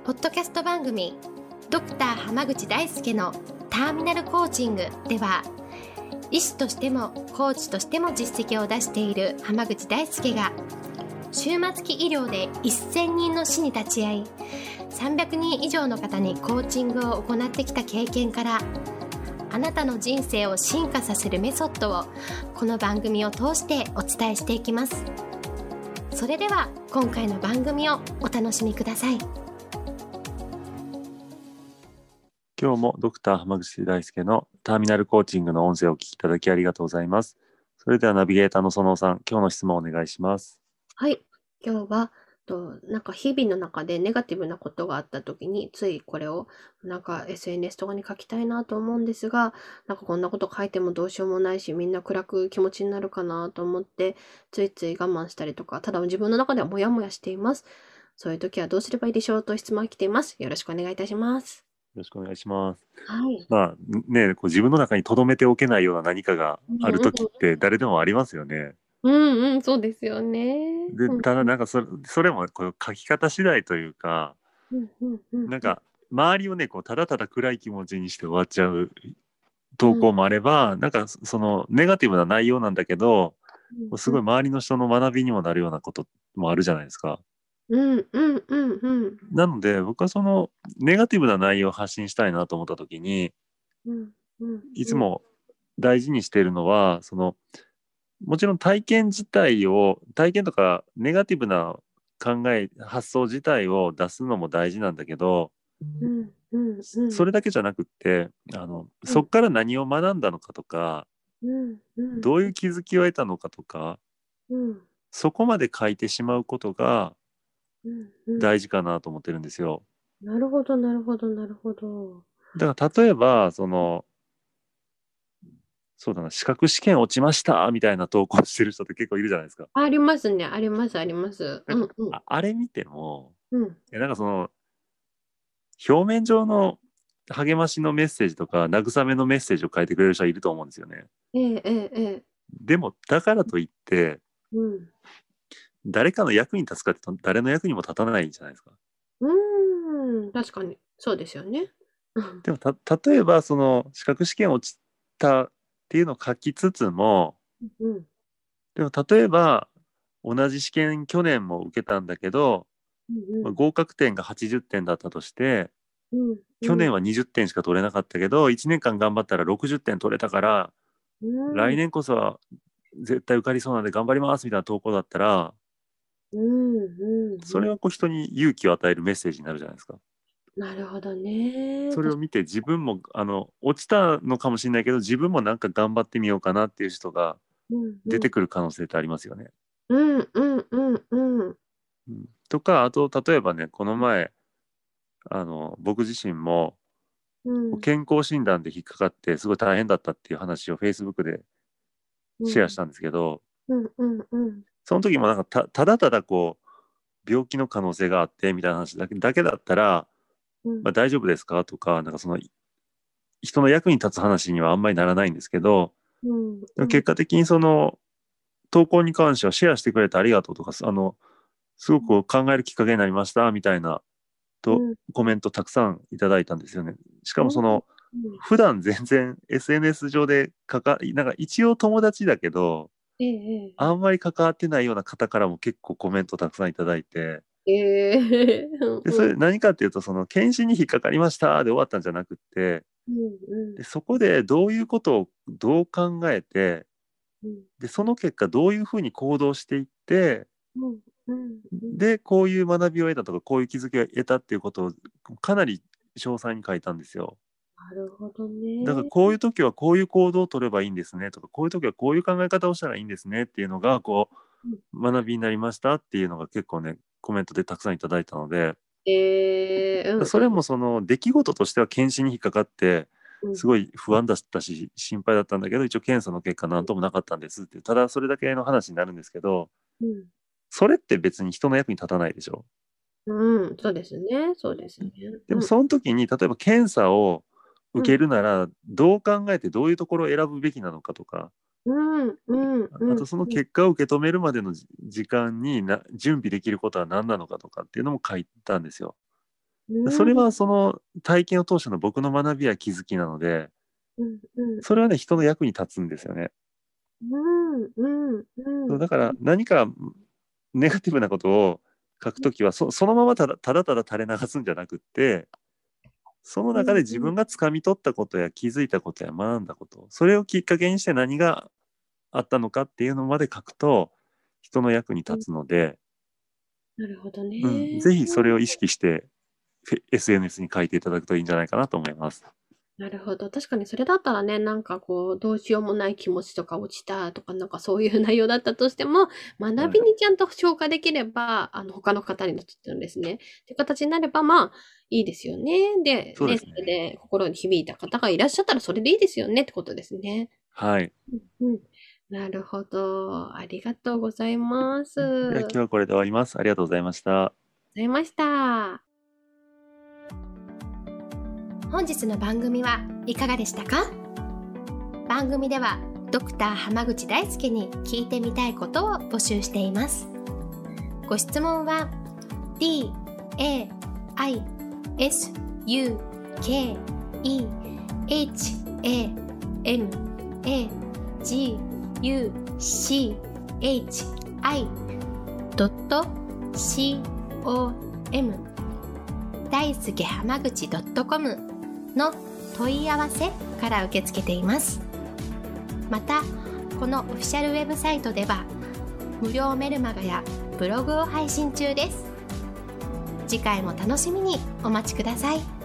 ポッドキャスト番組ドクター濱口大輔のターミナルコーチングでは、医師としてもコーチとしても実績を出している濱口大輔が終末期医療で1000人の死に立ち会い、300人以上の方にコーチングを行ってきた経験から、あなたの人生を進化させるメソッドをこの番組を通してお伝えしていきます。それでは今回の番組をお楽しみください。 今日もドクター濱口大輔のターミナルコーチングの音声をお聞きいただきありがとうございます。それではナビゲーターの園尾さん、今日の質問をお願いします。 はい、今日はなんか日々の中でネガティブなことがあった時に、ついこれをなんか SNS とかに書きたいなと思うんですが、なんかこんなこと書いてもどうしようもないし、みんな暗く気持ちになるかなと思って、ついつい我慢したりとか、ただ自分の中ではモヤモヤしています。そういう時はどうすればいいでしょうと質問が来ています。よろしくお願いいたします。 よろしくお願いします。 はい。 こう自分の中に留めておけないような何かがある時っうて誰でもありますよね。 んうん、そうですよね。 で、ただなんかそれもこう書き方次第というか、なんか周りをね、こうただただ暗い気持ちにして終わっちゃう投稿もあれば、なんかそのネガティブな内容なんだけど、すごい周りの人の学びにもなるようなこともあるじゃないですか。なので僕はそのネガティブな内容を発信したいなと思った時に、いつも大事にしているのは、もちろん体験とかネガティブな発想自体を出すのも大事なんだけど、それだけじゃなくって、そこから何を学んだのかとか、どういう気づきを得たのかとか、そこまで書いてしまうことが大事かなと思ってるんですよ。 なるほど、なるほど、なるほど。 だから例えばそうだな、資格試験落ちましたみたいな投稿してる人って結構いるじゃないですか。 ありますね、あります、あります。 なんか、あれ見ても、 うん。 なんか表面上の励ましのメッセージとか慰めのメッセージを書いてくれる人はいると思うんですよね。 ええええええ。 でもだからといって誰かの役に立つかって誰の役にも立たないじゃないですか。 確かに、そうですよね。 でも例えばその資格試験落ちたっていうのを書きつつも、でも例えば同じ試験去年も受けたんだけど、合格点が80点だったとして、去年は20点しか取れなかったけど1年間頑張ったら60点取れたから、来年こそは絶対受かりそうなんで頑張りますみたいな投稿だったら、それはこう人に勇気を与えるメッセージになるじゃないですか。 なるほどね。 それを見て自分も落ちたのかもしれないけど、自分もなんか頑張ってみようかなっていう人が出てくる可能性ってありますよね。とか、あと例えばね、この前僕自身も健康診断で引っかかってすごい大変だったっていう話を Facebook でシェアしたんですけど、その時もなんかただただこう病気の可能性があってみたいな話だけだったら、大丈夫ですかとか、なんかその人の役に立つ話にはあんまりならないんですけど、結果的にその投稿に関してはシェアしてくれてありがとうとか、すごく考えるきっかけになりましたみたいなコメントたくさんいただいたんですよね。しかも普段全然 SNS 上でなんか一応友達だけど、あんまり関わってないような方からも結構コメントたくさんいただいて、でそれ何かっていうと、検診に引っかかりましたで終わったんじゃなくって、でそこでどういうことをどう考えて、でその結果どういうふうに行動していって、でこういう学びを得たとかこういう気づきを得たっていうことをかなり詳細に書いたんですよ。 なるほどだからね。 こういう時はこういう行動を取ればいいんですねとか、こういう時はこういう考え方をしたらいいんですねっていうのがこう学びになりましたっていうのが結構ねコメントでたくさんいただいたので、それもその出来事としては検診に引っかかってすごい不安だったし心配だったんだけど、一応検査の結果なんともなかったんですって、ただそれだけの話になるんですけど、それって別に人の役に立たないでしょ。 そうですね、そうですね。 でもその時に例えば検査を受けるならどう考えてどういうところを選ぶべきなのかとか、あとその結果を受け止めるまでの時間に準備できることは何なのかとかっていうのも書いたんですよ。 それはその体験を通しての僕の学びや気づきなので、それはね、人の役に立つんですよね。だから何かネガティブなことを書くときはそのままただ垂れ流すんじゃなくって、その中で自分が掴み取ったことや気づいたことや学んだこと、それをきっかけにして何があったのかっていうのまで書くと人の役に立つので、 なるほどね。 ぜひそれを意識してSNS に書いていただくといいんじゃないかなと思います。 なるほど。確かにそれだったらね、なんかこう、どうしようもない気持ちとか落ちたとか、なんかそういう内容だったとしても、学びにちゃんと消化できれば、他の方にとってのですね、っていう形になれば、まあ、いいですよね。で、それで心に響いた方がいらっしゃったら、それでいいですよねってことですね。 はい。 なるほど。ありがとうございます。 では今日はこれで終わります。ありがとうございました。 本日の番組はいかがでしたか？番組ではドクター濱口大輔に聞いてみたいことを募集しています。ご質問は daisukeamaguchi.com 大輔濱口 .com の問い合わせから受け付けています。また、このオフィシャルウェブサイトでは無料メルマガやブログを配信中です。次回も楽しみにお待ちください。